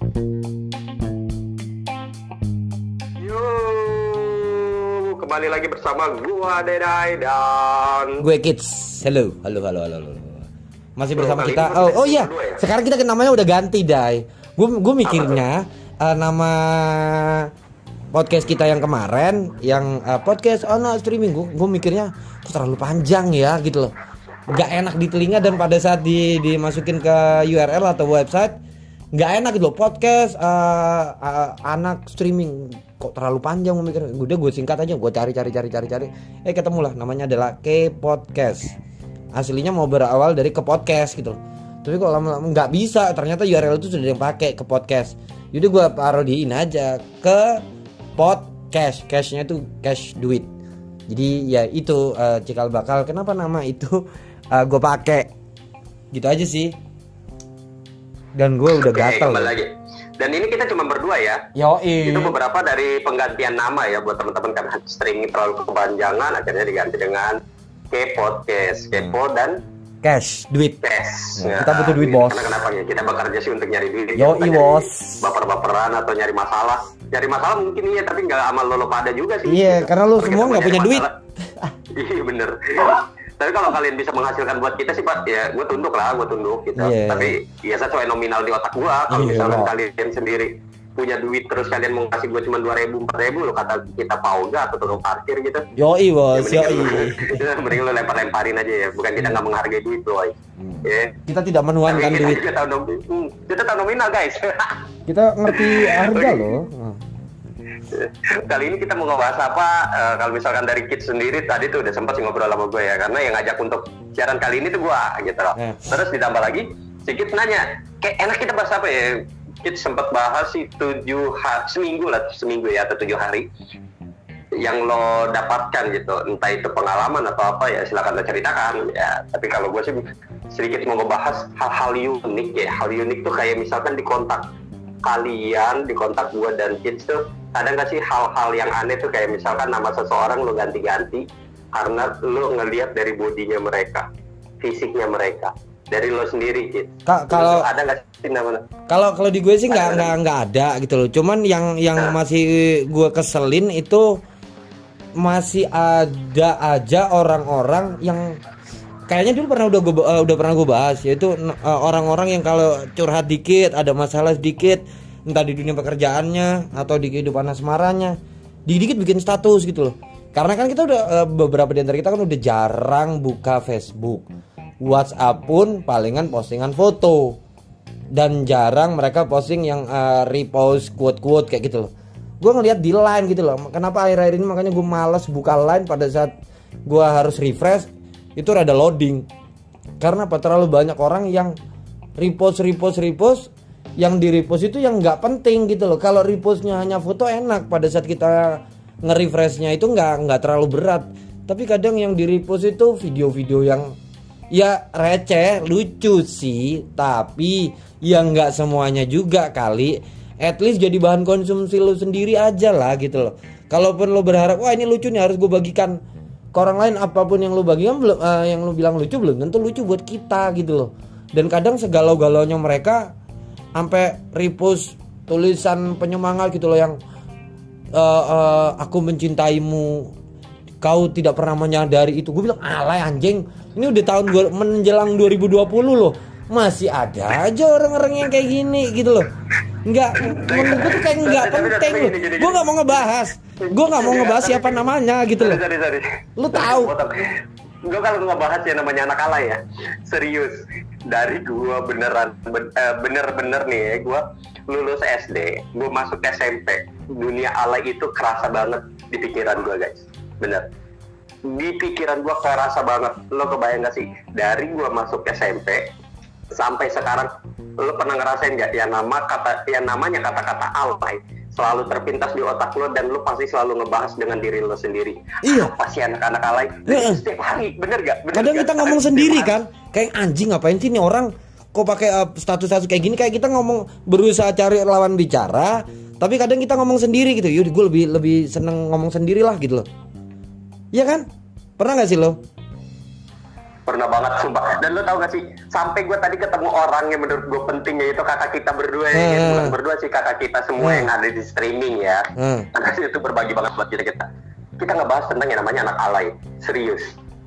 Yo, kembali lagi bersama gua Dedai dan gue Kids. Halo. Masih bersama kali kita. ini masih Oh iya, berdua ya? sekarang kita namanya udah ganti, Dai. Gue mikirnya nama podcast kita yang kemarin, yang podcast streaming, gue mikirnya kok terlalu panjang ya gitu loh. Gak enak di telinga, dan pada saat dimasukin ke URL atau website nggak enak gitu loh. Podcast anak streaming kok terlalu panjang, gue mikir udah gue singkat aja, gue cari ketemulah, namanya adalah K Podcast. Aslinya mau berawal dari ke podcast gitu loh, tapi kok lama-lama nggak bisa, ternyata URL itu sudah yang pakai ke podcast. Yaudah gue parodiin aja ke podcast, cashnya itu cash duit. Jadi ya itu cikal bakal kenapa nama itu gue pakai gitu aja sih. Dan gue udah gatel lagi. Dan ini kita cuma berdua ya. Yoi. Itu beberapa dari penggantian nama ya buat teman-teman, karena streaming terlalu kepanjangan, akhirnya diganti dengan K Podcast, Kepo dan cash duit. Cash. Ya, kita butuh duit, bos. Karena kenapa ya? Kita bekerja sih untuk nyari duit. Yoi, bos. Baper-baperan atau nyari masalah. Nyari masalah mungkin iya, tapi nggak amal lo pada juga sih. Iya, karena lu Tapi semua kita nggak punya nyari duit. masalah. Iya bener. Tapi kalau kalian bisa menghasilkan buat kita sih Pak, ya gue tunduk gitu. Yeah. Tapi ya sesuai nominal di otak gue. Kalau misalkan kalian sendiri punya duit terus kalian mau kasih gue cuma 2.000, 4.000, lo kata kita pauga atau tukang parkir gitu. Yoi bos, Ya, yoi. mending lo lempar-lemparin aja ya. Bukan kita nggak menghargai duit loh. Ya. Kita tidak menuankan Tapi duit. Kita tahu nominal guys. Kita ngerti harga loh. Kali ini kita mau ngebahas apa? Kalau misalkan dari Kids sendiri tadi tuh udah sempat sih ngobrol sama gue ya, karena yang ngajak untuk siaran kali ini tuh gue gitu loh. Terus ditambah lagi si Kids nanya, kayak enak kita bahas apa ya? Kids sempat bahas sih seminggu ya atau 7 hari yang lo dapatkan gitu, entah itu pengalaman atau apa ya, silakan lo ceritakan ya. Tapi kalau gue sih sedikit mau ngebahas hal-hal unik ya. Hal unik tuh kayak misalkan di kontak gue dan Kids tuh ada nggak sih hal-hal yang aneh tuh, kayak misalkan nama seseorang lo ganti-ganti karena lo ngelihat dari bodinya mereka, fisiknya mereka, dari lo sendiri gitu. Kalau ada nggak sih namanya? Kalau di gue sih nggak ada gitu loh. Cuman yang masih gue keselin itu masih ada aja orang-orang yang kayaknya dulu udah pernah gue bahas, yaitu orang-orang yang kalau curhat dikit, ada masalah sedikit, entah di dunia pekerjaannya atau di kehidupan asmaranya, dikit bikin status gitu loh. Karena kan kita udah beberapa di antara kita kan udah jarang buka Facebook, WhatsApp pun palingan postingan foto, dan jarang mereka posting yang repost quote-quote kayak gitu loh. Gue ngeliat di Line gitu loh. Kenapa akhir-akhir ini makanya gue malas buka Line pada saat gue harus refresh, itu rada loading. Karena apa? Terlalu banyak orang yang repost, yang di repost itu yang nggak penting gitu loh. Kalau repostnya hanya foto enak, pada saat kita nge-refreshnya itu nggak terlalu berat. Tapi kadang yang di repost itu video-video yang ya receh, lucu sih, tapi yang nggak semuanya juga kali. At least jadi bahan konsumsi lo sendiri aja lah gitu loh. Kalaupun lo berharap wah ini lucu nih harus gue bagikan ke orang lain, apapun yang lo bagikan belum yang lo bilang lucu belum tentu lucu buat kita gitu loh. Dan kadang segalau-galaunya mereka sampai repost tulisan penyemangat gitu loh, yang aku mencintaimu, kau tidak pernah menyadari itu. Gue bilang alay anjing, ini udah tahun menjelang 2020 loh, masih ada aja orang-orang yang kayak gini gitu loh. Menurut gue tuh kayak nggak penting loh. Gue nggak mau ngebahas siapa namanya gitu loh. Lu tahu? Gue kalau ngebahas yang namanya anak alay ya, serius. Dari gue bener-bener nih ya, gue lulus SD, gue masuk SMP, dunia alay itu kerasa banget di pikiran gue guys, bener. Di pikiran gue kerasa banget. Lo kebayang gak sih, dari gue masuk SMP sampai sekarang, lo pernah ngerasain nggak yang namanya kata-kata alay selalu terpintas di otak lo, dan lo pasti selalu ngebahas dengan diri lo sendiri. Iya. Apa sih anak alay? Setiap hari, bener gak? Kadang kita ngomong sendiri kan, kayak anjing ngapain sih nih orang kok pakai status kayak gini, kayak kita ngomong berusaha cari lawan bicara, tapi kadang kita ngomong sendiri gitu. Yaudah gue lebih seneng ngomong sendiri lah gitu loh. Iya kan? Pernah nggak sih lo? Pernah banget sumpah. Dan lu tau gak sih, sampai gue tadi ketemu orang yang menurut gue penting, yaitu kakak kita berdua ya. Bukan berdua sih, kakak kita semua yang ada di streaming ya. Karena itu berbagi banget buat kita. Kita ngebahas tentang yang namanya anak alay. Serius.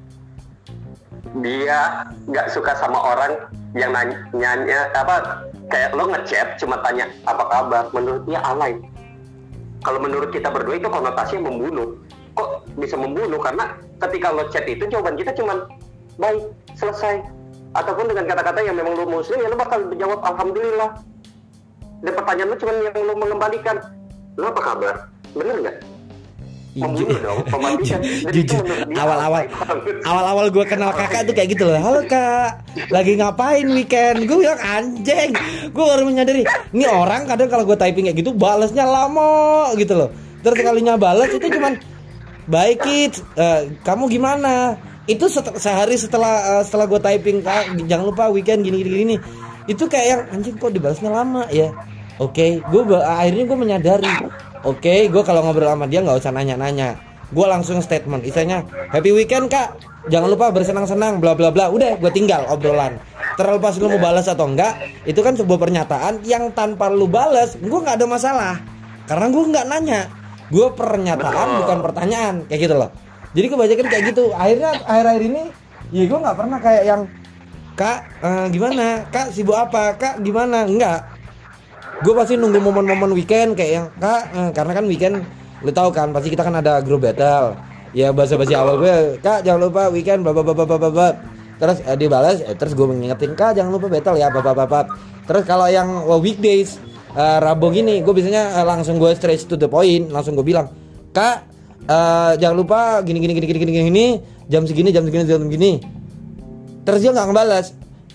Dia gak suka sama orang yang nanya apa, kayak lo ngechat cuma tanya apa kabar. Menurut dia alay. Kalau menurut kita berdua itu konotasinya membunuh. Kok bisa membunuh? Karena ketika lo chat itu jawaban kita cuma baik, selesai. Ataupun dengan kata-kata yang memang lu muslim, ya lu bakal menjawab alhamdulillah. Dan pertanyaan lu cuma yang lu mengembalikan, lu apa kabar? Bener nggak? Membunuh dong, mematikan. Jujur, awal-awal gue kenal kakak tuh kayak gitu loh. Halo kak, lagi ngapain weekend? Gue bilang anjing. Gue baru menyadari, ini orang kadang kalau gue typing kayak gitu balasnya lama gitu loh. Terus kalinya balas itu cuman baik kids, kamu gimana? Itu sehari setelah gue typing, kak jangan lupa weekend gini. Itu kayak yang anjing kok dibalasnya lama ya. Oke, akhirnya gue menyadari. Oke, gue kalau ngobrol sama dia nggak usah nanya. Gue langsung statement, istilahnya happy weekend kak, jangan lupa bersenang-senang bla bla bla. Udah, gue tinggal obrolan. Terlepas lu mau balas atau enggak, itu kan sebuah pernyataan yang tanpa lu balas, gue nggak ada masalah. Karena gue nggak nanya, gue pernyataan bukan pertanyaan, kayak gitu loh. Jadi kebanyakan kayak gitu. Akhir-akhir ini ya gue nggak pernah kayak yang kak gimana, kak sibuk apa, kak gimana, enggak. Gue pasti nunggu momen-momen weekend kayak yang kak, karena kan weekend lu tahu kan pasti kita kan ada group battle. Ya basa-basi awal gue, kak jangan lupa weekend bla bla bla bla bla. Terus dia balas, terus gue mengingetin kak jangan lupa battle ya bla. Terus kalau yang weekdays Rabu gini, gue biasanya langsung gue straight to the point, langsung gue bilang kak jangan lupa gini jam segini. Terus dia nggak ngebalas.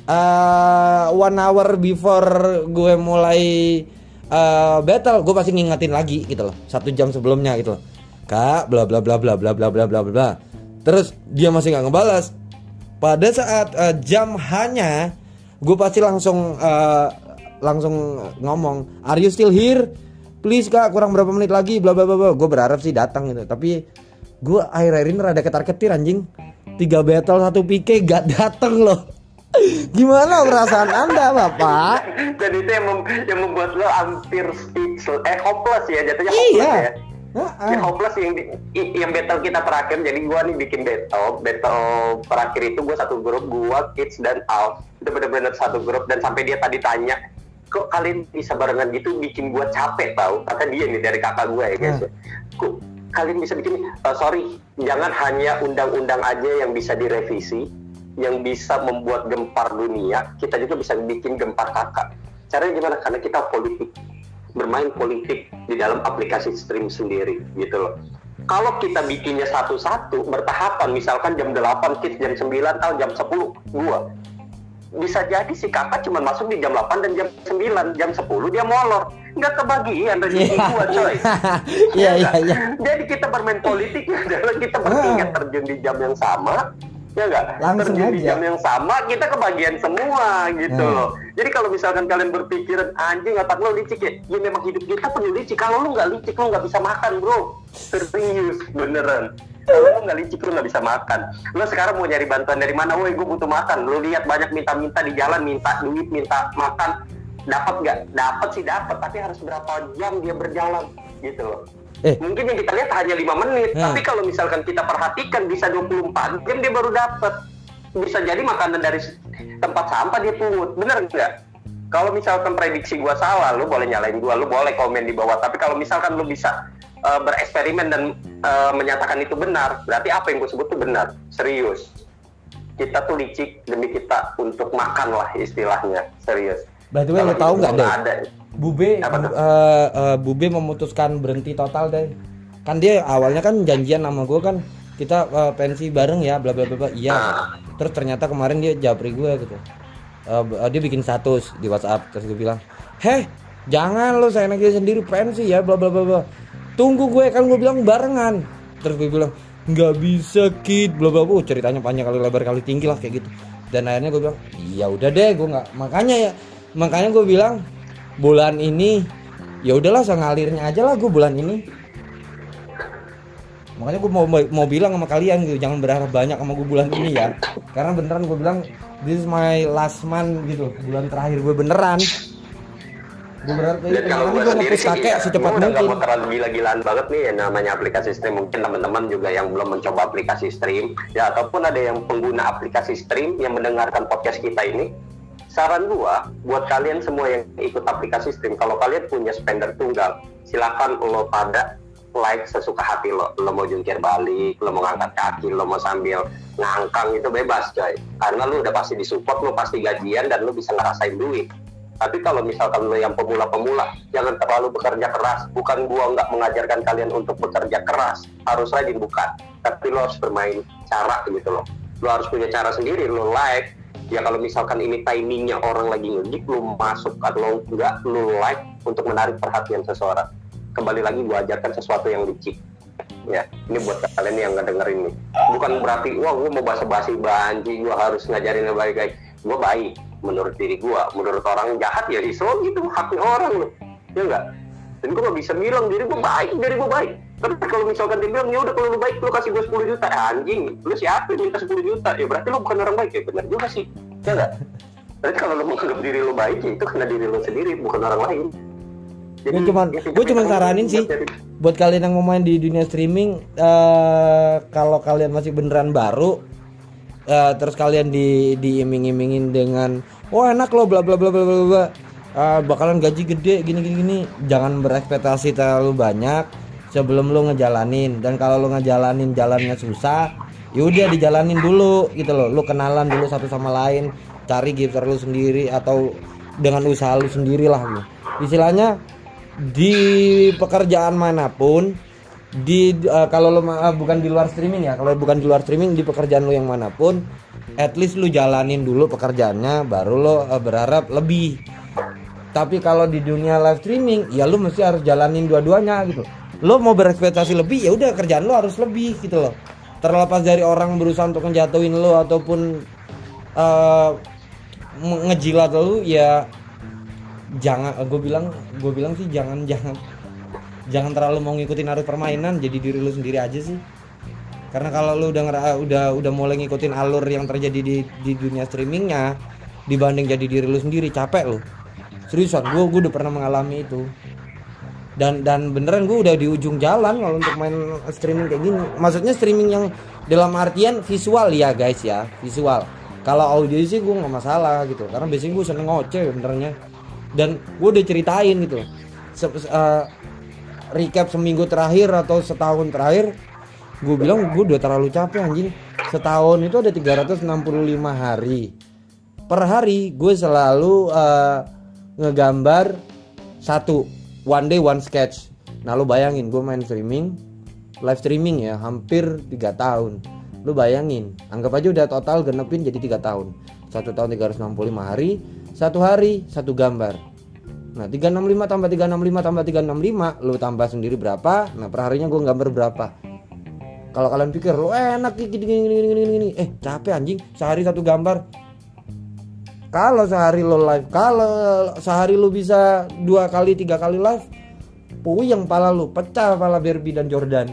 1 hour before gue mulai battle, gue pasti ngingetin lagi gitu loh, 1 jam sebelumnya gitu loh, kak bla bla bla bla bla bla bla bla bla. Terus dia masih nggak ngebalas. Pada saat jam hanya, gue pasti langsung ngomong, are you still here? Please kak, kurang berapa menit lagi bla bla bla. Gue berharap sih datang gitu. Tapi gue akhir-akhir ini rada ketar-ketir anjing. 3 battle 1 PK gak datang loh. Gimana perasaan Anda Bapak? Dan itu yang membuat lo hampir speechless, hopeless ya jatuhnya. Hopeless ya. Ya hopeless yang battle kita terakhir. Jadi gue nih bikin battle terakhir itu gue satu grup, gue Kids dan Al. Itu bener-bener satu grup. Dan sampai dia tadi tanya, kok kalian bisa barengan gitu, bikin gue capek tau. Kata dia nih dari kakak gue ya guys. Kok kalian bisa bikin sorry, jangan hanya undang-undang aja yang bisa direvisi, yang bisa membuat gempar dunia, kita juga bisa bikin gempar kakak. Caranya gimana? Karena kita politik, bermain politik di dalam aplikasi stream sendiri gitu loh. Kalau kita bikinnya satu-satu bertahapan, misalkan jam 8 Kids, jam 9 atau jam 10 gua, bisa jadi si kakak cuma masuk di jam 8 dan jam 9, jam 10 dia molor, nggak kebagian rezeki gua coy. Iya. Jadi kita bermain politik adalah kita bertiga terjun di jam yang sama, ya nggak? Terjun di jam yang sama, kita kebagian semua gitu loh. Jadi kalau misalkan kalian berpikiran anjing otak lo licik ya memang hidup kita penuh licik. Kalau lu nggak licik lu nggak bisa makan bro, serius beneran. Kalau lu nggak licik lu nggak bisa makan. Lu sekarang mau nyari bantuan dari mana? Woi gue butuh makan. Lu lihat banyak minta-minta di jalan, minta duit, minta makan, dapat nggak? Dapat sih dapat, tapi harus berapa jam dia berjalan gitu loh. Mungkin yang kita lihat hanya 5 menit, tapi kalau misalkan kita perhatikan bisa 24 jam dia baru dapat. Bisa jadi makanan dari tempat sampah dia pungut, bener nggak? Kalau misalkan prediksi gua salah, lu boleh nyalain gua, lu boleh komen di bawah. Tapi kalau misalkan lu bisa bereksperimen dan menyatakan itu benar, berarti apa yang gue sebut itu benar, serius. Kita tuh licik demi kita untuk makan lah istilahnya, serius. Berarti lo tahu nggak deh? Bube memutuskan berhenti total deh. Kan dia awalnya kan janjian sama gue kan, kita pensi bareng ya, bla bla bla. Iya. Terus ternyata kemarin dia japri gue gitu. Dia bikin status di WhatsApp, terus gue bilang, heh jangan lo saya aja sendiri pensi ya, bla bla bla. Tunggu gue, kan gue bilang barengan. Terus gue bilang nggak bisa kid, bla bla bla. Ceritanya panjang kali lebar kali tinggi lah kayak gitu. Dan akhirnya gue bilang, iya udah deh, gue nggak. Makanya gue bilang bulan ini ya udahlah, ngalirnya aja lah gue bulan ini. Makanya gue mau bilang sama kalian gitu, jangan berharap banyak sama gue bulan ini ya. Karena beneran gue bilang this is my last month gitu, bulan terakhir gue beneran. Gue berharap Dan kalau gue sendiri sih, secepat udah mungkin. gak mau terlalu gila-gilaan banget nih yang namanya aplikasi stream. Mungkin teman-teman juga yang belum mencoba aplikasi stream, ya ataupun ada yang pengguna aplikasi stream yang mendengarkan podcast kita ini, saran gua buat kalian semua yang ikut aplikasi stream, kalau kalian punya spender tunggal, silakan lo pada like sesuka hati lo. Lo mau jungkir balik, lo mau ngangkat kaki, lo mau sambil ngangkang, itu bebas coy. Karena lo udah pasti disupport, lo pasti gajian dan lo bisa ngerasain duit. Tapi kalau misalkan lo yang pemula-pemula, jangan terlalu bekerja keras. Bukan gua nggak mengajarkan kalian untuk bekerja keras, harus rajin, bukan. Tapi lo harus bermain cara gitu loh. Lo harus punya cara sendiri, lo like. Ya kalau misalkan ini timingnya orang lagi nge-gig, lo masuk atau enggak, lo like untuk menarik perhatian seseorang. Kembali lagi gua ajarkan sesuatu yang licik. Ya, ini buat kalian yang ngedengerin nih. Bukan berarti, wah gua mau basa-basi banji, gua harus ngajarin yang baik-baik. Gua baik menurut diri gua, menurut orang jahat ya Islam gitu, haknya orang loh, ya enggak. Dan gua gak bisa bilang diri gua baik, tapi kalau misalkan dia bilang ya udah kalau lu baik lu kasih gua 10 juta, anjing lu siapa yang minta 10 juta, ya berarti lu bukan orang baik. Ya benar juga sih, ya enggak. Berarti kalau lu menganggap diri lu baik ya itu karena diri lu sendiri, bukan orang lain. Jadi gue cuma saranin sih buat kalian yang mau main di dunia streaming, kalau kalian masih beneran baru, terus kalian diiming-imingin dengan enak lo bla bla bla bla bla, bakalan gaji gede gini, jangan berekspektasi terlalu banyak sebelum lo ngejalanin. Dan kalau lo ngejalanin jalannya susah, yaudah dijalanin dulu gitu loh. Lo kenalan dulu satu sama lain, cari gifter lo sendiri atau dengan usaha lo sendiri lah lo. Istilahnya di pekerjaan manapun, kalau lo bukan di luar streaming ya, kalau bukan di luar streaming, di pekerjaan lo yang manapun, at least lo jalanin dulu pekerjaannya, baru lo berharap lebih. Tapi kalau di dunia live streaming, ya lo mesti harus jalanin dua-duanya gitu. Lo mau berekspektasi lebih, ya udah kerjaan lo harus lebih gitu loh. Terlepas dari orang berusaha untuk ngejatuhin lo ataupun ngejilat lo, ya jangan. Gue bilang sih jangan terlalu mau ngikutin arus permainan, jadi diri lu sendiri aja sih. Karena kalau lu udah mulai ngikutin alur yang terjadi di dunia streamingnya, dibanding jadi diri lu sendiri, capek lu. Seriusan, gue udah pernah mengalami itu. Dan beneran gue udah di ujung jalan kalau untuk main streaming kayak gini. Maksudnya streaming yang dalam artian visual ya guys ya, visual. Kalau audio sih gue nggak masalah gitu, karena biasanya gue seneng ngoceh benernya. Dan gue udah ceritain gitu. Recap seminggu terakhir atau setahun terakhir, gue bilang gue udah terlalu capek anjing. Setahun itu ada 365 hari. Per hari gue selalu ngegambar satu, one day one sketch. Nah lu bayangin gue main streaming, live streaming ya, hampir 3 tahun. Lu bayangin, anggap aja udah total genepin jadi 3 tahun. 1 tahun 365 hari, 1 hari 1 gambar. Nah 365 tambah 365 tambah 365, lu tambah sendiri berapa. Nah perharinya gue gambar berapa. Kalau kalian pikir lu enak gini, capek anjing. Sehari 1 gambar. Kalau sehari lo live, kalau sehari lu bisa 2 kali 3 kali live, puyeng pala lu, pecah pala Barbie dan Jordan.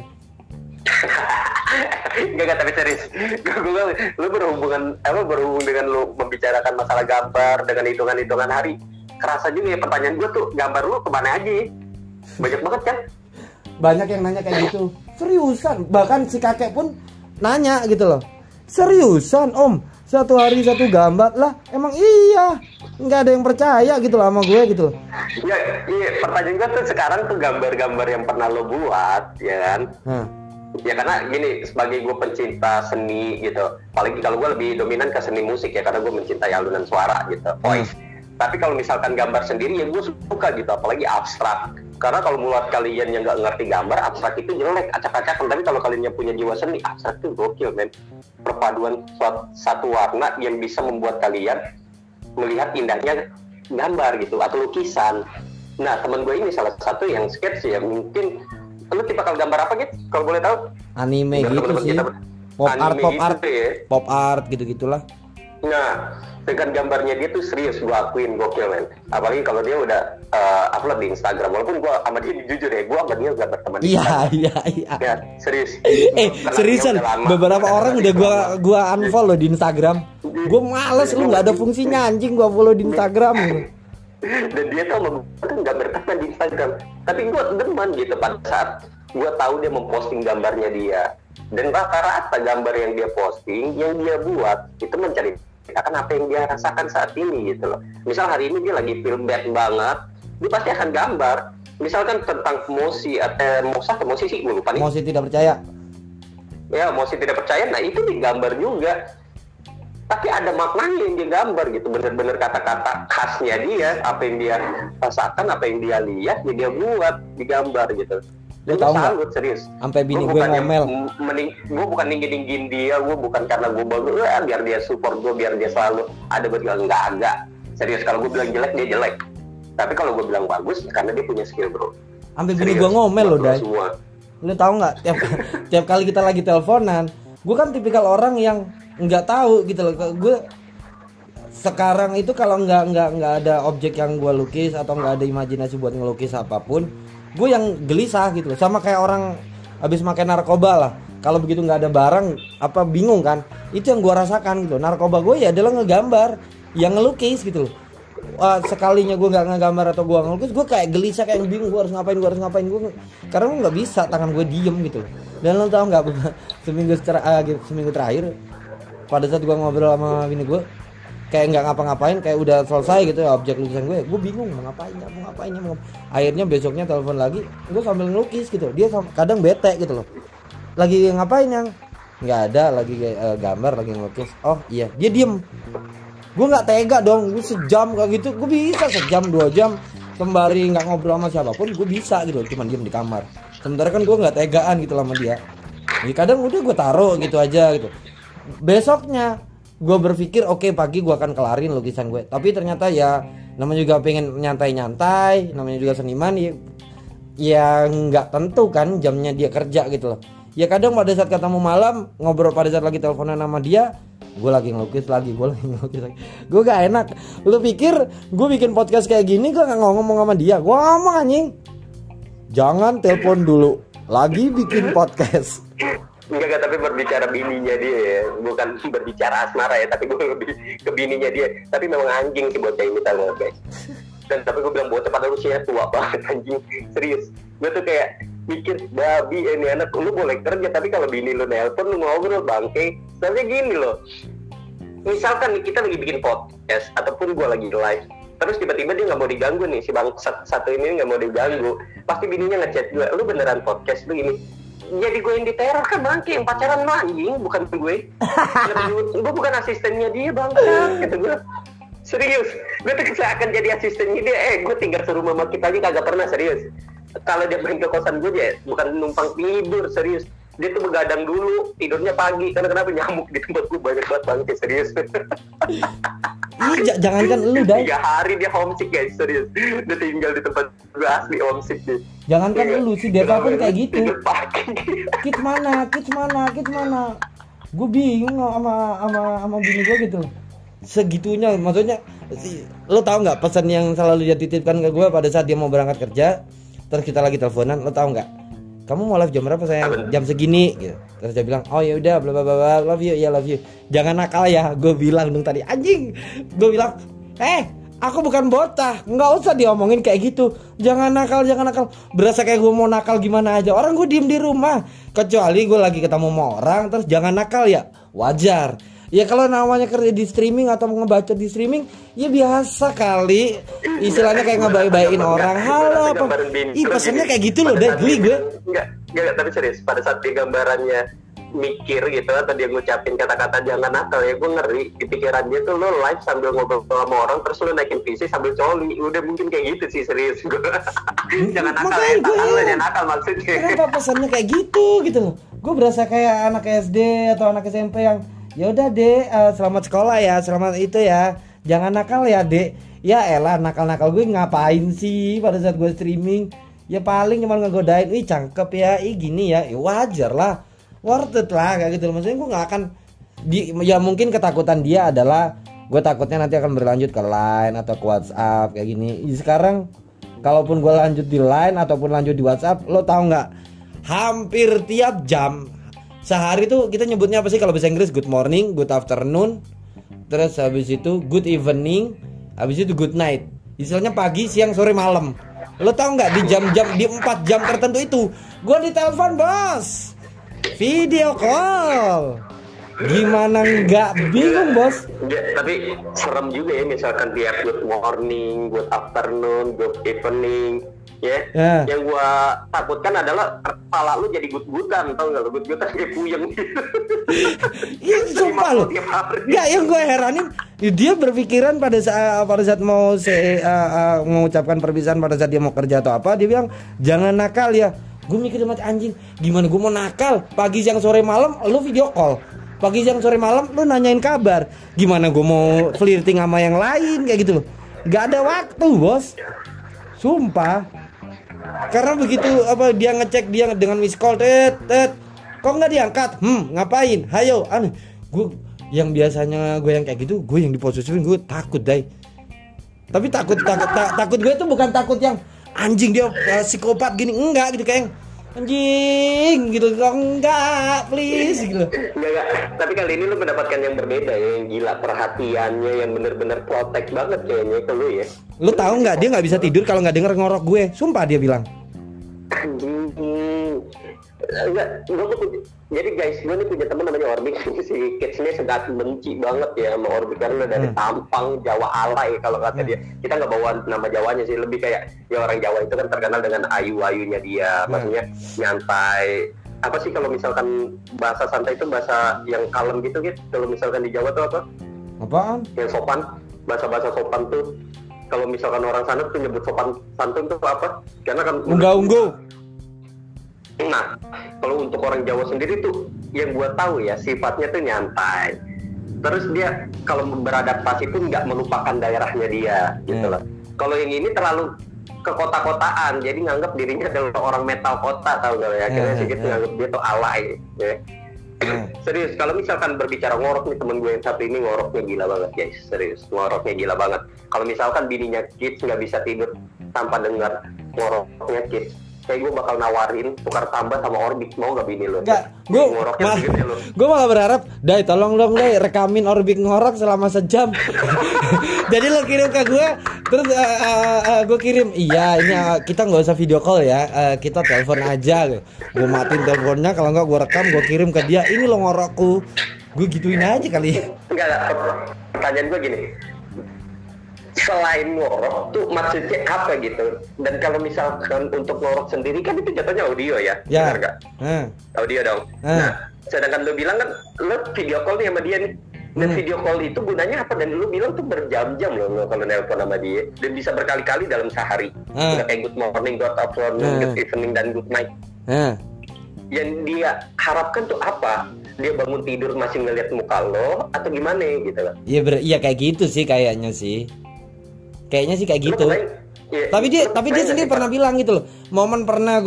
Enggak, tapi serius. Lu berhubung dengan lu membicarakan masalah gambar dengan hitungan-hitungan hari. Kerasa juga ya pertanyaan gue tuh, gambar lu kemana aja? Banyak banget kan? Banyak yang nanya kayak gitu. Seriusan, bahkan si kakek pun nanya gitu loh. Seriusan om, 1 hari 1 gambar lah? Emang iya? Nggak ada yang percaya gitu loh sama gue gitu loh. Ya, iya, pertanyaan gue tuh sekarang tuh gambar-gambar yang pernah lo buat, ya kan? Ya karena gini, sebagai gue pencinta seni gitu, apalagi kalau gue lebih dominan ke seni musik ya, karena gue mencintai alunan suara gitu, voice. Tapi kalau misalkan gambar sendiri ya gue suka gitu, apalagi abstrak. Karena kalau buat kalian yang nggak ngerti gambar, abstrak itu jelek, acak-acakan. Tapi kalau kalian yang punya jiwa seni, abstrak itu gokil men. Perpaduan satu warna yang bisa membuat kalian melihat indahnya gambar gitu, atau lukisan. Nah temen gue ini salah satu yang sketch ya, mungkin lu tipe kalau gambar apa gitu? Kalau boleh tahu? Anime gitu sih. Pop art gitu-gitulah. Nah, dengan gambarnya dia tuh serius, gue akuin gokil men. Apalagi kalau dia udah upload di Instagram. Walaupun gue sama dia jujur ya, gue sama dia gak berteman di Instagram. Iya. Ya, serius. Seriusan, beberapa orang udah gua unfollow di Instagram. Gue males, lu nggak ada fungsinya anjing gua follow di Instagram gitu. Dan dia tuh sama gue kan gak berteman di Instagram. Tapi gue demen gitu pada saat gue tahu dia memposting gambarnya dia. Dan rata-rata gambar yang dia posting, yang dia buat itu menceritakan apa yang dia rasakan saat ini gitu loh. Misal hari ini dia lagi feel bad banget, dia pasti akan gambar. Misalkan tentang Mosi atau Mosi sih gue lupa nih. Mosi tidak percaya. Ya, Mosi tidak percaya, nah itu digambar juga. Tapi ada maknanya yang dia gambar gitu, bener-bener kata-kata khasnya dia, apa yang dia rasakan, apa yang dia lihat, ya dia buat, digambar gitu. Lu tahu nggak? Serius. Sampai bini gue ngomel. Gue bukan ninggin dia, gue bukan karena gue bagus, biar dia support gue, biar dia selalu ada buat gue. Enggak. Serius, kalau gue bilang jelek, dia jelek. Tapi kalau gue bilang bagus, karena dia punya skill bro. Sampai bini gue ngomel loh, Dai. Lu tahu nggak? Tiap kali kita lagi teleponan, gue kan tipikal orang yang nggak tahu gitu loh. Gue sekarang itu kalau nggak ada objek yang gue lukis atau nggak ada imajinasi buat ngelukis apapun, gue yang gelisah gitu loh. Sama kayak orang habis makan narkoba lah. Kalau begitu nggak ada barang, apa bingung kan? Itu yang gue rasakan gitu. Narkoba gue ya adalah ngegambar, yang ngelukis gitu loh. Sekalinya gue nggak ngegambar atau gue ngelukis, gue kayak gelisah, kayak bingung gue harus ngapain gue karena gue nggak bisa, tangan gue diem gitu. Dan lo tau nggak, seminggu terakhir pada saat gue ngobrol sama bini gue, kayak nggak ngapa-ngapain, kayak udah selesai gitu ya objek lukisan gue bingung mau ngapain. Akhirnya besoknya telepon lagi, gue sambil ngelukis gitu. Dia kadang bete gitu loh, lagi ngapain yang nggak ada, lagi gambar, lagi ngelukis. Oh iya, dia diem. Gue nggak tega dong, gue sejam kayak gitu, gue bisa sejam 2 jam sembari nggak ngobrol sama siapapun, gue bisa gitu, cuman diem di kamar. Sementara kan gue nggak tegaan gitu sama dia. Jadi kadang udah gue taruh gitu aja gitu. Besoknya gue berpikir oke, pagi gue akan kelarin lukisan gue. Tapi ternyata ya namanya juga pengen nyantai-nyantai, namanya juga seniman ya nggak tentu kan jamnya dia kerja gitu loh. Ya kadang pada saat ketemu malam, ngobrol pada saat lagi teleponan sama dia, gue lagi ngelukis lagi. Gue gak enak. Lu pikir gue bikin podcast kayak gini gue gak ngomong sama dia? Gue ngomong anjing, jangan telepon dulu, lagi bikin podcast. Enggak, tapi berbicara bininya dia ya, bukan berbicara asmara ya, tapi gue lebih ke bininya dia. Tapi memang anjing sih bocah ini tau guys. Dan tapi gue bilang bocah pada usianya tua banget anjing, serius. Gue tuh kayak mikir, babi ini anak, lu boleh kerja tapi kalau bini lu nelpon lu ngobrol bangke. Soalnya gini loh, misalkan nih kita lagi bikin podcast ataupun gue lagi live, terus tiba-tiba dia nggak mau diganggu nih, si bang satu ini nggak mau diganggu, pasti bininya ngechat gue, lu beneran podcast lu ini. Jadi gue yang diteror kan bangke, yang pacaran anjing bukan gue. Gue bukan asistennya dia bangsa gitu gue. Serius, gue tuh akan jadi asistennya dia. Gue tinggal serumah sama kita aja kagak pernah, serius. Kalau dia main ke kosan gue ya bukan numpang tidur, serius. Dia tuh begadang dulu, tidurnya pagi. Karena kenapa nyamuk di tempat gue banyak banget bangke, serius. Iya, jangankan lu dah. 3 hari dia homesick guys, serius. Dia tinggal di tempat gue asli homesick deh. Jangankan lu sih, Deva pun kayak gitu. Kit mana? Gue bingung sama bini gue gitu. Segitunya, maksudnya lo tau nggak pesan yang selalu dia titipkan ke gue pada saat dia mau berangkat kerja, terus kita lagi teleponan, lo tau nggak? Kamu mau live jam berapa sayang? Jam segini gitu. Terus dia bilang, oh ya udah, bla bla bla, love you, ya love you. Jangan nakal ya, gue bilang dong tadi, anjing. Gue bilang, aku bukan bocah, nggak usah diomongin kayak gitu. Jangan nakal. Berasa kayak gue mau nakal gimana aja. Orang gue diem di rumah. Kecuali gue lagi ketemu sama orang, terus jangan nakal ya, wajar. Ya kalau namanya kerja di streaming atau ngebaca di streaming, ya biasa kali. Istilahnya kayak ngebaik-baikin orang. Halo apa? Pesannya kayak gitu loh, deh geli gue. Enggak, tapi serius. Pada saat dia gambarannya mikir gitu atau dia ngucapin kata-kata jangan nakal ya, gue ngeri di pikiran dia tuh lo live sambil ngobrol sama orang terus lo naikin PC sambil coli. Udah mungkin kayak gitu sih, serius gue. Jangan nakal ya, jangan nakal maksudnya. Kenapa pesannya kayak gitu loh. Gue berasa kayak anak SD atau anak SMP yang ya udah dek, selamat sekolah ya, selamat itu ya, jangan nakal ya dek. Ya elah, nakal gue ngapain sih pada saat gue streaming? Ya paling cuma ngegodain, cakep ya, gini ya, wajar lah, worth it lah kayak gitu. Maksudnya gue nggak akan Ya mungkin ketakutan dia adalah gue takutnya nanti akan berlanjut ke Line atau ke WhatsApp kayak gini. Sekarang kalaupun gue lanjut di Line ataupun lanjut di WhatsApp, lo tahu nggak? Hampir tiap jam sehari tuh kita nyebutnya apa sih kalau bahasa Inggris? Good morning, good afternoon, terus habis itu good evening, habis itu good night. Istilahnya pagi, siang, sore, malam. Lo tahu nggak di jam-jam di 4 jam tertentu itu gue ditelepon bos, video call. Gimana nggak bingung bos? Ya, tapi serem juga ya misalkan dia good morning, good afternoon, good evening, ya. Yang gua takutkan adalah kepala lu jadi gut-gutan, tau nggak? Gut-gutan kayak puyeng gitu. Iya sumpah lo. Nggak, yang gue heranin dia berpikiran pada saat mau mengucapkan perpisahan, pada saat dia mau kerja atau apa, dia bilang jangan nakal ya. Gue mikir mati anjing, gimana gue mau nakal? Pagi siang sore malam lu video call. Pagi siang sore malam lu nanyain kabar. Gimana gue mau flirting sama yang lain kayak gitu loh. Gak ada waktu bos. Sumpah. Karena begitu apa dia ngecek dia dengan miss call kok nggak diangkat? Ngapain? Hayo aneh. Gue yang biasanya gue yang kayak gitu, gue yang diposesifin, gue takut dai. Tapi takut gue itu bukan takut yang anjing dia psikopat gini, enggak gitu kayak anjing gitu, enggak please gitu. Enggak. Tapi kali ini lu mendapatkan yang berbeda ya, yang gila perhatiannya, yang bener-bener protect banget kayaknya ke lu ya. Lu tahu nggak dia nggak bisa tidur kalau nggak denger ngorok gue, sumpah dia bilang. Anjing. Enggak, jadi guys, gue nih punya temen namanya Orbik. Si kidsnya sangat benci banget ya sama Orbik karena dari tampang Jawa alay kalau kata dia. Kita nggak bawa nama Jawanya sih, lebih kayak ya orang Jawa itu kan terkenal dengan ayu-ayunya dia, maksudnya nyantai. Apa sih kalau misalkan bahasa santai itu bahasa yang kalem gitu gitu. Kalau misalkan di Jawa tuh apa? Apaan? Yang sopan, bahasa sopan tuh. Kalau misalkan orang sana tuh nyebut sopan santun tuh apa? Karena kan unggu. Nah, kalau untuk orang Jawa sendiri tuh yang gue tahu ya sifatnya tuh nyantai. Terus dia kalau beradaptasi pun nggak melupakan daerahnya dia, gitu loh. Kalau yang ini terlalu ke kota-kotaan, jadi nganggap dirinya adalah orang metal kota, tahu nggak ya? Akhirnya sedikit nganggap dia tuh alay, ya. Serius, kalau misalkan berbicara ngorok nih, temen gue yang satu ini ngoroknya gila banget guys, serius, ngoroknya gila banget. Kalau misalkan bininya kids nggak bisa tidur tanpa dengar ngoroknya kids, kayak gue bakal nawarin tukar tambah sama Orbik, mau gak bini lo? Enggak, gue malah berharap, Dai tolong dong Dai rekamin Orbik ngorok selama sejam. Jadi lo kirim ke gue, terus gue kirim, iya ini kita nggak usah video call ya, kita telepon aja. Gue matiin teleponnya, kalau nggak gue rekam, gue kirim ke dia, ini lo ngorokku. Gue gituin aja kali. Enggak, pertanyaan gue gini, selain ngorok tuh maksudnya apa gitu? Dan kalau misalkan untuk ngorok sendiri kan itu jatuhnya audio ya, benar nggak? Audio dong. Nah, sedangkan lo bilang kan lo video call nih sama dia nih. Dan video call itu gunanya apa? Dan lo bilang tuh berjam-jam lo kalau nelpon sama dia, dan bisa berkali-kali dalam sehari. Udah kayak good morning, good afternoon, good evening, dan good night. Yang dia harapkan tuh apa? Dia bangun tidur masih ngeliat muka lo atau gimana gitu loh? Iya kayak gitu sih kayaknya sih. Kayaknya sih kayak gitu. Tapi dia sendiri pernah bilang gitu loh. Momen pernah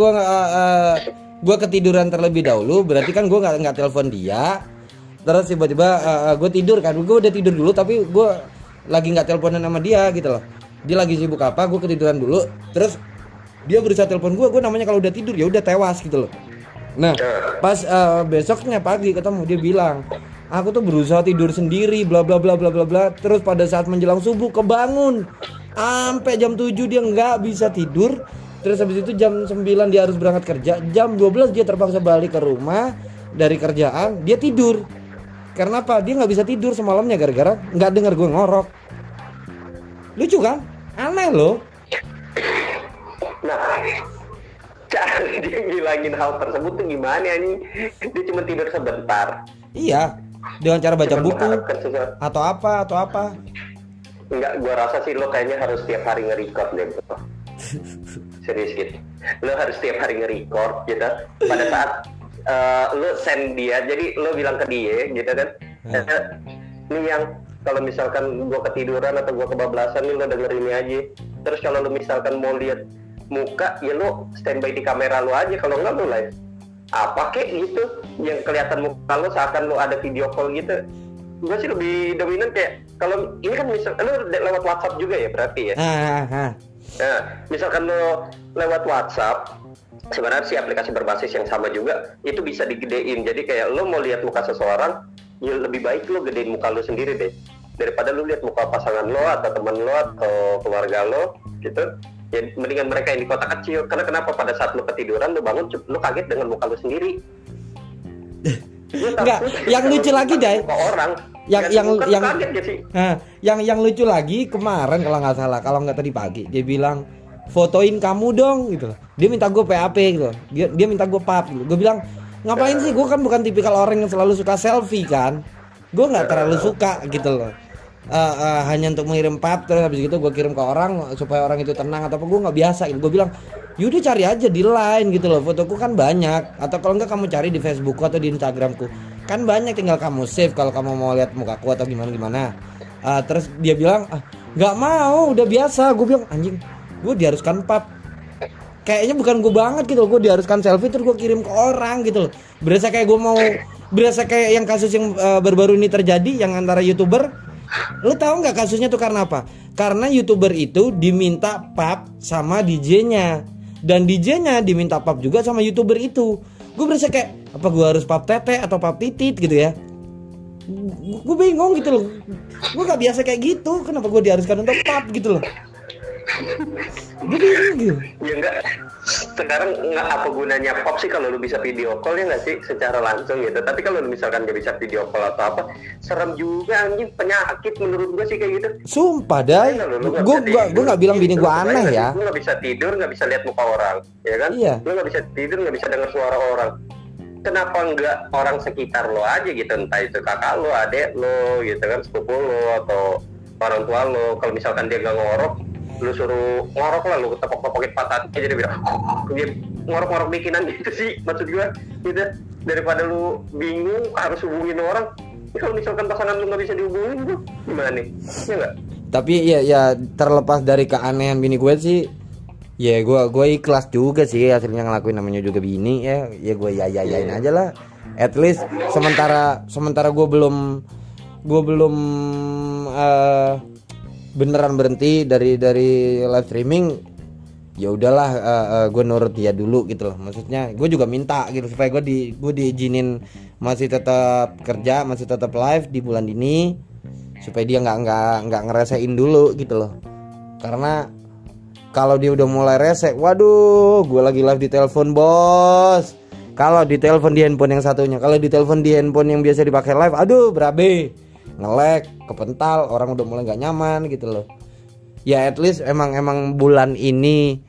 gue ketiduran terlebih dahulu, berarti kan gue nggak telepon dia. Terus tiba-tiba gue tidur kan, gue udah tidur dulu tapi gue lagi nggak teleponan sama dia gitu loh. Dia lagi sibuk apa, gue ketiduran dulu. Terus dia berusaha telepon gue namanya kalau udah tidur ya udah tewas gitu loh. Nah pas besoknya pagi ketemu dia bilang, aku tuh berusaha tidur sendiri bla bla bla bla bla bla. Terus pada saat menjelang subuh kebangun sampai jam 7 dia nggak bisa tidur. Terus habis itu jam 9 dia harus berangkat kerja, jam 12 dia terpaksa balik ke rumah dari kerjaan, dia tidur. Karena apa? Dia nggak bisa tidur semalamnya gara-gara nggak dengar gue ngorok. Lucu kan? Aneh loh. Nah, cara dia ngilangin hal tersebut tuh gimana nih? Dia cuma tidur sebentar. Iya, dengan cara baca buku atau apa. Enggak, gua rasa sih lo kayaknya harus tiap hari nge-record deh bro. Serius gitu. Lo harus tiap hari nge-record gitu. Pada saat lo send dia, jadi lo bilang ke dia gitu kan. Ini yang kalau misalkan gua ketiduran atau gua kebablasan nih, lo denger ini aja. Terus kalau lo misalkan mau lihat muka, ya lo standby di kamera lo aja. Kalau enggak lo live. apa kek gitu yang kelihatan muka lo seakan lo ada video call gitu. Gue sih lebih dominan kayak kalau ini kan misal lo lewat WhatsApp juga ya berarti ya. Nah, misalkan lo lewat WhatsApp, sebenarnya sih aplikasi berbasis yang sama juga itu bisa digedein. Jadi kayak lo mau lihat muka seseorang, ya lebih baik lo gedein muka lo sendiri deh daripada lo lihat muka pasangan lo atau teman lo atau keluarga lo gitu. Ya mendingan mereka yang di kota kecil. Karena kenapa pada saat lo ketiduran lo bangun lo kaget dengan muka lo sendiri. Enggak, yang lucu lagi Dai. Orang yang kaget ya sih. Nah, yang lucu lagi kemarin kalau nggak salah, kalau nggak tadi pagi dia bilang fotoin kamu dong gitu. Dia minta gue PAP gitu. Dia minta gue pap gitu. Gue bilang ngapain sih, gue kan bukan tipikal orang yang selalu suka selfie kan. Gue nggak terlalu suka gitu loh. Hanya untuk mengirim pap terus habis gitu gue kirim ke orang supaya orang itu tenang atau apa, gue nggak biasa gitu. Gue bilang yaudah cari aja di line gitu loh, fotoku kan banyak, atau kalau enggak kamu cari di Facebookku atau di Instagramku kan banyak, tinggal kamu save kalau kamu mau lihat mukaku atau gimana. Terus dia bilang nggak mau, udah biasa. Gue bilang anjing, gue diharuskan pap, kayaknya bukan gue banget gitu loh, gue diharuskan selfie terus gue kirim ke orang gitu loh. Berasa kayak yang kasus yang baru-baru ini terjadi yang antara YouTuber. Lo tahu nggak kasusnya tuh karena apa? Karena YouTuber itu diminta pap sama DJ-nya, dan DJ-nya diminta pap juga sama YouTuber itu. Gue berasa kayak apa gue harus pap tete atau pap titit gitu ya? Gue bingung gitu loh. Gue nggak biasa kayak gitu. Kenapa gue diharuskan untuk pap gitu loh? Gue bingung gitu. Ya enggak. Sekarang nggak apa gunanya pop sih kalau lu bisa video call ya nggak sih secara langsung gitu. Tapi kalau lu misalkan nggak bisa video call atau apa, serem juga anjing, penyakit menurut gue sih kayak gitu. Sumpah Dai, gue nggak bilang bini gue aneh ya. Lu nggak bisa tidur, nggak bisa lihat muka orang, ya kan? Iya. Lu nggak bisa tidur, nggak bisa dengar suara orang. Kenapa nggak orang sekitar lo aja gitu, entah itu kakak lo, adek lo, gitu kan, sepupu lo atau orang tua lo. Kalau misalkan dia nggak ngorok, lu suruh ngorok lah, lu tepok-tepokin pantatnya jadi bilang dia ngorok-ngorok bikinan gitu sih maksud gua gitu, daripada lu bingung harus hubungin orang. Kalau misalkan pasangan lu nggak bisa dihubungin tuh gimana nih, ya nggak? Tapi ya terlepas dari keanehan bini gue sih, ya gue ikhlas juga sih hasilnya ngelakuin, namanya juga bini ya gue yayain aja lah. At least sementara gue belum beneran berhenti dari live streaming, ya udahlah, gue nurut dia dulu gitu loh. Maksudnya gue juga minta gitu supaya gue diizinin masih tetap kerja, masih tetap live di bulan ini, supaya dia nggak ngerasain dulu gitu loh. Karena kalau dia udah mulai rese, waduh, gue lagi live di telepon bos. Kalau di telepon di handphone yang satunya, kalau di telepon di handphone yang biasa dipakai live, aduh berabe, nge-lag, kepental, orang udah mulai nggak nyaman gitu loh. Ya at least emang bulan ini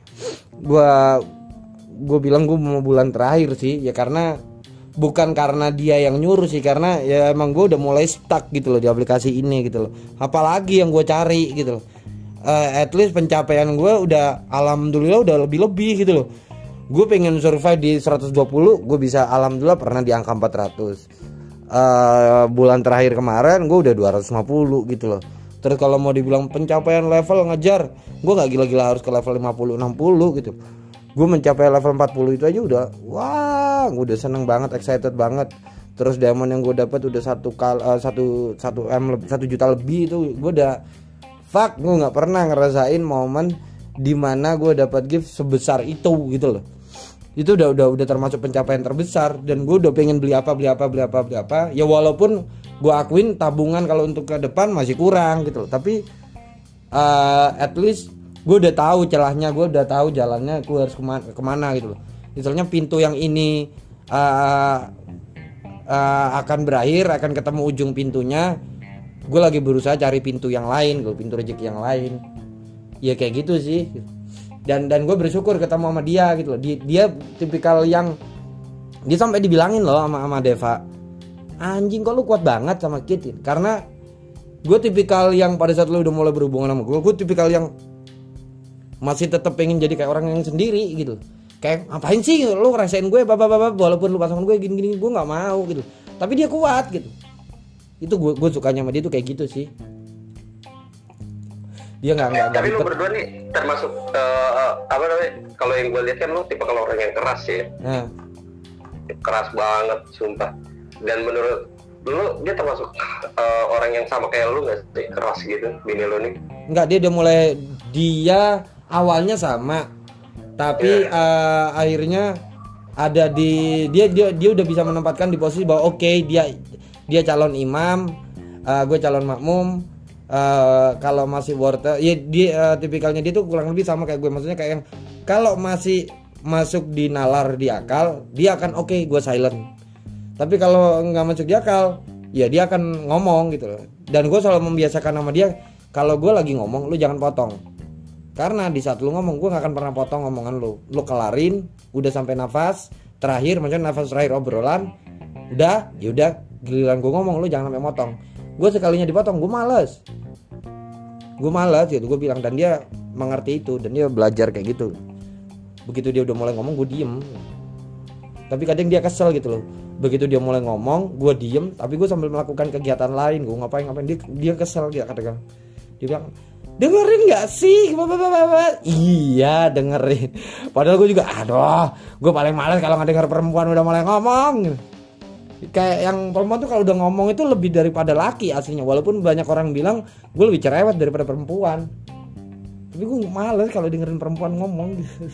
gue bilang gue mau bulan terakhir sih ya, karena bukan karena dia yang nyuruh sih, karena ya emang gue udah mulai stuck gitu loh di aplikasi ini gitu loh. Apalagi yang gue cari gitu loh. At least pencapaian gue udah alhamdulillah udah lebih gitu loh. Gue pengen survive di 120, gue bisa alhamdulillah pernah di angka 400. Bulan terakhir kemarin gue udah 250 gitu loh. Terus kalau mau dibilang pencapaian level ngejar, gue gak gila-gila harus ke level 50-60 gitu. Gue mencapai level 40 itu aja udah, wah, gue udah seneng banget, excited banget. Terus diamond yang gue dapat udah 1 juta lebih, itu gue udah fuck, gue nggak pernah ngerasain momen dimana gue dapat gift sebesar itu gitu loh. Itu udah termasuk pencapaian terbesar, dan gue udah pengen beli apa. Ya walaupun gue akuin tabungan kalau untuk ke depan masih kurang gitu loh, tapi at least gue udah tahu celahnya, gue udah tahu jalannya, gue harus kemana gitu loh. Misalnya pintu yang ini akan berakhir, akan ketemu ujung pintunya, gue lagi berusaha cari pintu yang lain, pintu rezeki yang lain. Ya kayak gitu sih. Dan gue bersyukur ketemu sama dia gitu loh. Dia tipikal yang dia sampai dibilangin loh sama Deva, anjing kok lu kuat banget sama Kit. Karena gue tipikal yang pada saat lu udah mulai berhubungan sama gue tipikal yang masih tetap pengen jadi kayak orang yang sendiri gitu. Kayak ngapain sih lu ngerasain gue bapak walaupun lu pasangan gue gini gue nggak mau gitu. Tapi dia kuat gitu. Itu gue sukanya sama dia tuh kayak gitu sih. Dia nggak. Tapi lu berdua nih termasuk apa namanya? Kalau yang gue lihat kan lu tipe kalau orang yang keras ya. keras banget sumpah. Dan menurut lu dia termasuk orang yang sama kayak lu nggak sih, keras gitu bini lu nih? Enggak, dia awalnya sama, tapi akhirnya ada di dia udah bisa menempatkan di posisi bahwa oke, dia calon imam, gue calon makmum. Kalau masih worth ya dia tipikalnya dia tuh kurang lebih sama kayak gue, maksudnya kayak yang kalau masih masuk di nalar di akal dia akan oke, gue silent. Tapi kalau nggak masuk di akal ya dia akan ngomong gitu loh. Dan gue selalu membiasakan sama dia, kalau gue lagi ngomong lu jangan potong, karena di saat lu ngomong gue nggak akan pernah potong omongan lu kelarin udah sampai nafas terakhir, maksudnya nafas terakhir obrolan udah, yaudah giliran gue ngomong lu jangan sampai motong. Gue sekalinya dipotong gue males gitu gue bilang, dan dia mengerti itu dan dia belajar kayak gitu. Begitu dia udah mulai ngomong gue diem, tapi kadang dia kesel gitu loh. Begitu dia mulai ngomong gue diem, tapi gue sambil melakukan kegiatan lain, gue ngapain dia kesel dia kadang dia bilang dengerin nggak sih, iya dengerin, padahal gue juga gue paling males kalau nggak denger perempuan udah mulai ngomong. Kayak yang perempuan tuh kalau udah ngomong itu lebih daripada laki aslinya, walaupun banyak orang bilang gue lebih cerewet daripada perempuan, tapi gue males kalau dengerin perempuan ngomong gitu.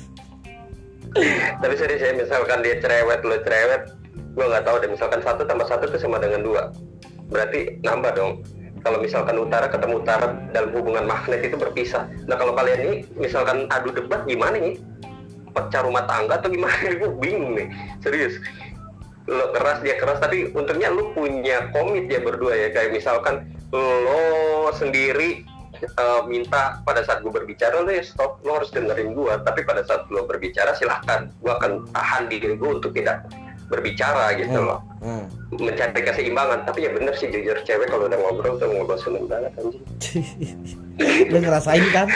Tapi serius ya, misalkan dia cerewet lo cerewet, gue nggak tahu deh, misalkan 1 tambah 1 itu sama dengan 2, berarti nambah dong. Kalau misalkan utara ketemu utara dalam hubungan magnet itu berpisah. Nah kalau kalian ini misalkan adu debat gimana nih, pecah rumah tangga atau gimana? Gue bingung nih, serius. Lo keras dia keras, tapi untungnya lo punya komit ya berdua ya. Kayak misalkan lo sendiri minta pada saat gue berbicara, lo ya stop, lo harus dengerin gue. Tapi pada saat lo berbicara silahkan, gue akan tahan diri gue untuk tidak berbicara gitu loh. Mencari keseimbangan. Tapi ya bener sih, jujur cewek kalau udah ngobrol tuh ngobrol seneng banget anjing. Lo ngerasain kan?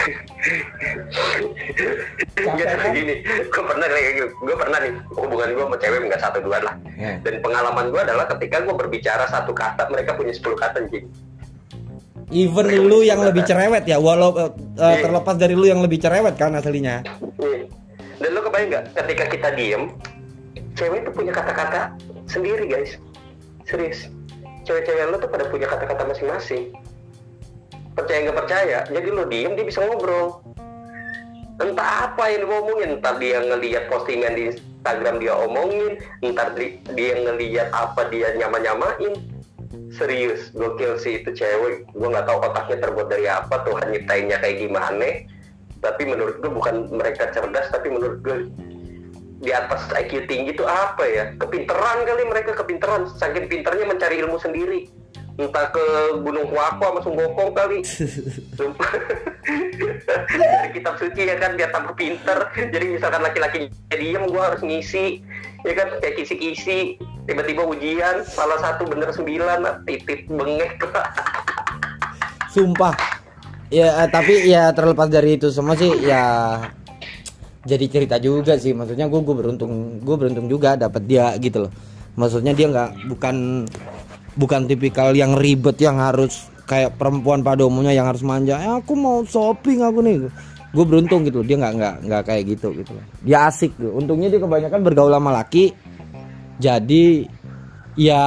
Gini, gue pernah nih hubungan gue sama cewek nggak 1-2 lah. Dan pengalaman gue adalah ketika gue berbicara 1 kata, mereka punya 10 kata anjing. Even lu yang lebih cerewet ya, walau terlepas dari lu yang lebih cerewet kan aslinya. Dan lu kebayang nggak ketika kita diem, cewek itu punya kata-kata sendiri guys, serius. Cewek-cewek lu tuh pada punya kata-kata masing-masing. Percaya nggak percaya, jadi lu diem dia bisa ngobrol. Entah apa yang ngomongin, entar dia ngelihat postingan di Instagram dia omongin, entar dia ngelihat apa dia nyama-nyamain. Serius, gokil sih itu cewek. Gue nggak tahu otaknya terbuat dari apa, Tuhan nyiptainnya kayak gimana. Tapi menurut gue bukan mereka cerdas, tapi menurut gue di atas IQ tinggi itu apa ya? Kepinteran kali mereka, kepinteran. Saking pinternya mencari ilmu sendiri. Entah ke Gunung Huapo sama Sunggokong kali. Sumpah. Dari kitab suci ya kan, biar tambah pinter. Jadi misalkan laki-laki diem, gue harus ngisi. Ya kan, kayak kisi-kisi. Tiba-tiba ujian, salah satu bener 9, titik bengek. Sumpah. Ya tapi ya terlepas dari itu semua sih ya jadi cerita juga sih. Maksudnya gue beruntung juga dapat dia gitu loh. Maksudnya dia bukan tipikal yang ribet yang harus kayak perempuan pada umumnya yang harus manja. Aku mau shopping aku nih. Gue beruntung gitu loh. Dia nggak kayak gitu loh. Dia asik gitu. Untungnya dia kebanyakan bergaul sama laki. Jadi ya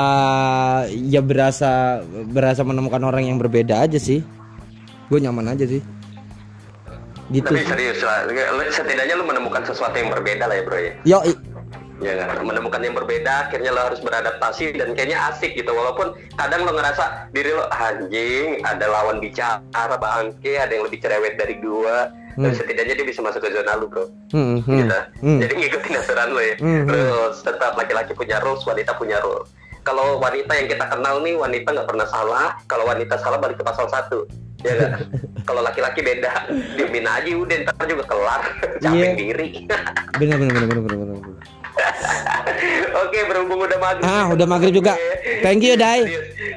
berasa menemukan orang yang berbeda aja sih. Gue nyaman aja sih. Gitu. Tapi serius lah, setidaknya lu menemukan sesuatu yang berbeda lah ya bro ya. Yoi. Ya kan, menemukan yang berbeda, akhirnya lo harus beradaptasi dan kayaknya asik gitu. Walaupun kadang lo ngerasa diri lo anjing, ada lawan bicara bangke, ada yang lebih cerewet dari gua. Tapi setidaknya dia bisa masuk ke zona lu bro. Gitu. Jadi ngikutin aturan lo ya. Terus tetap laki-laki punya rules, wanita punya rules. Kalau wanita yang kita kenal nih, wanita nggak pernah salah. Kalau wanita salah balik ke pasal 1. Ya kan? Kalau laki-laki beda, diemin aja udah, ntar juga kelar. Capek diri. Bener. Oke, berhubung udah maghrib. Udah maghrib juga. Thank you, Dai.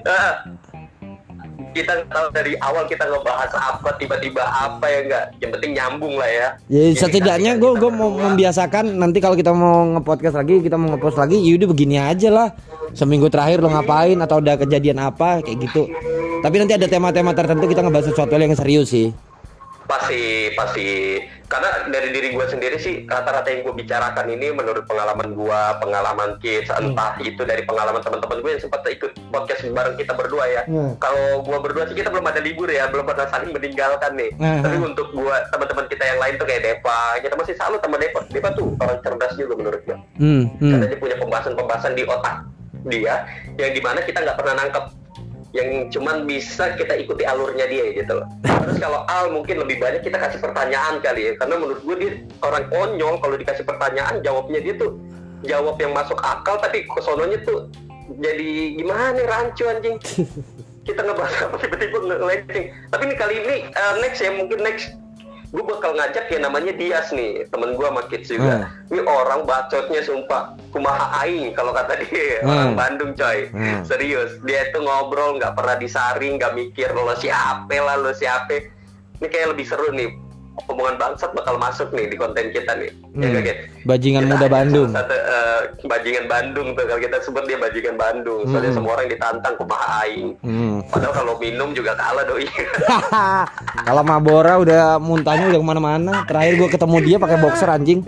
Kita tahu dari awal kita ngebahas apa, tiba-tiba apa ya enggak. Yang penting nyambung lah ya. Ya setidaknya gue mau membiasakan nanti kalau kita mau nge-podcast lagi, kita mau nge-post lagi, yaudah begini aja lah. Seminggu terakhir lo ngapain atau udah kejadian apa kayak gitu. Tapi nanti ada tema-tema tertentu kita ngebahas sesuatu yang serius sih. Pasti karena dari diri gue sendiri sih rata-rata yang gue bicarakan ini menurut pengalaman gue, pengalaman kids, entah itu dari pengalaman teman-teman gue yang sempat ikut podcast bareng kita berdua ya. Kalau gue berdua sih kita belum ada libur ya, belum pernah saling meninggalkan nih. Tapi untuk gue, teman-teman kita yang lain tuh kayak Deva, kita masih salut sama Deva. Deva tuh orang cerdas juga menurut gue. Karena dia punya pembahasan-pembahasan di otak dia yang dimana kita nggak pernah nangkep, yang cuman bisa kita ikuti alurnya dia gitu loh. Terus kalau Al mungkin lebih banyak kita kasih pertanyaan kali ya, karena menurut gue dia orang konyol. Kalau dikasih pertanyaan jawabnya dia tuh jawab yang masuk akal, tapi kesononya tuh jadi gimana nih, rancu anjing. Kita ngebahas apa tiba-tiba ngelenceng. Tapi ini kali ini next ya, mungkin next gue bakal ngajak ya namanya Dias nih, temen gue sama kids juga. Ini orang bacotnya sumpah kumaha aing kalau kata dia. Orang Bandung coy, serius. Dia tuh ngobrol nggak pernah disaring, nggak mikir lo siapa lah, lo siapa. Ini kayak lebih seru nih, omongan bangsat bakal masuk nih di konten kita nih. Ya gak, Get? Bajingan Kita muda Bandung. Satu, bajingan Bandung tuh kalau kita sebut dia bajingan Bandung. Soalnya semua orang ditantang kumaha aing. Padahal kalau minum juga kalah doi. Kalau Mabora udah muntahnya udah kemana-mana. Terakhir gue ketemu dia pakai boxer anjing.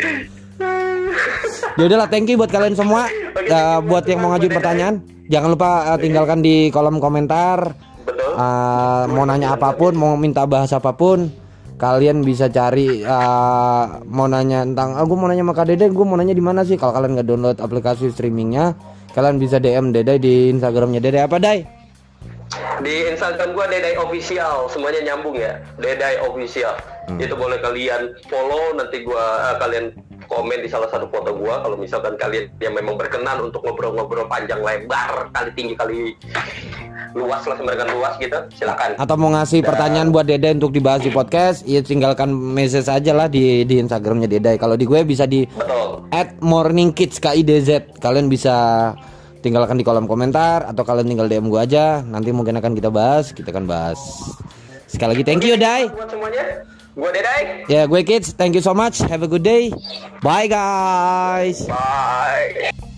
Ya udahlah, thank you buat kalian semua. Buat yang mau ngajuin pertanyaan, jangan lupa tinggalkan di kolom komentar. Betul. Mau nanya apapun, mau minta bahas apapun, kalian bisa cari. Mau nanya tentang, gue mau nanya sama Kak Dede, gue mau nanya di mana sih? Kalau kalian nggak download aplikasi streamingnya, kalian bisa DM Dede di Instagramnya Dede apa, Dai? Di Instagram gua Dedai Official, semuanya nyambung ya, Dedai Official. Itu boleh kalian follow, nanti gua kalian komen di salah satu foto gua kalau misalkan kalian yang memang berkenan untuk ngobrol-ngobrol panjang lebar, kali tinggi kali luas lah, sembarangan luas gitu, silakan. Atau mau ngasih pertanyaan buat Dede untuk dibahas di podcast, ya tinggalkan message aja lah di Instagramnya Dede. Kalau di gue bisa di @morningkids KIDZ. Kalian bisa tinggalkan di kolom komentar atau kalian tinggal DM gue aja. Nanti mungkin akan kita bahas, kita akan bahas. Sekali lagi thank you Dai. Buat semuanya, gue Dedai. Ya, gue Kids, thank you so much. Have a good day. Bye guys. Bye.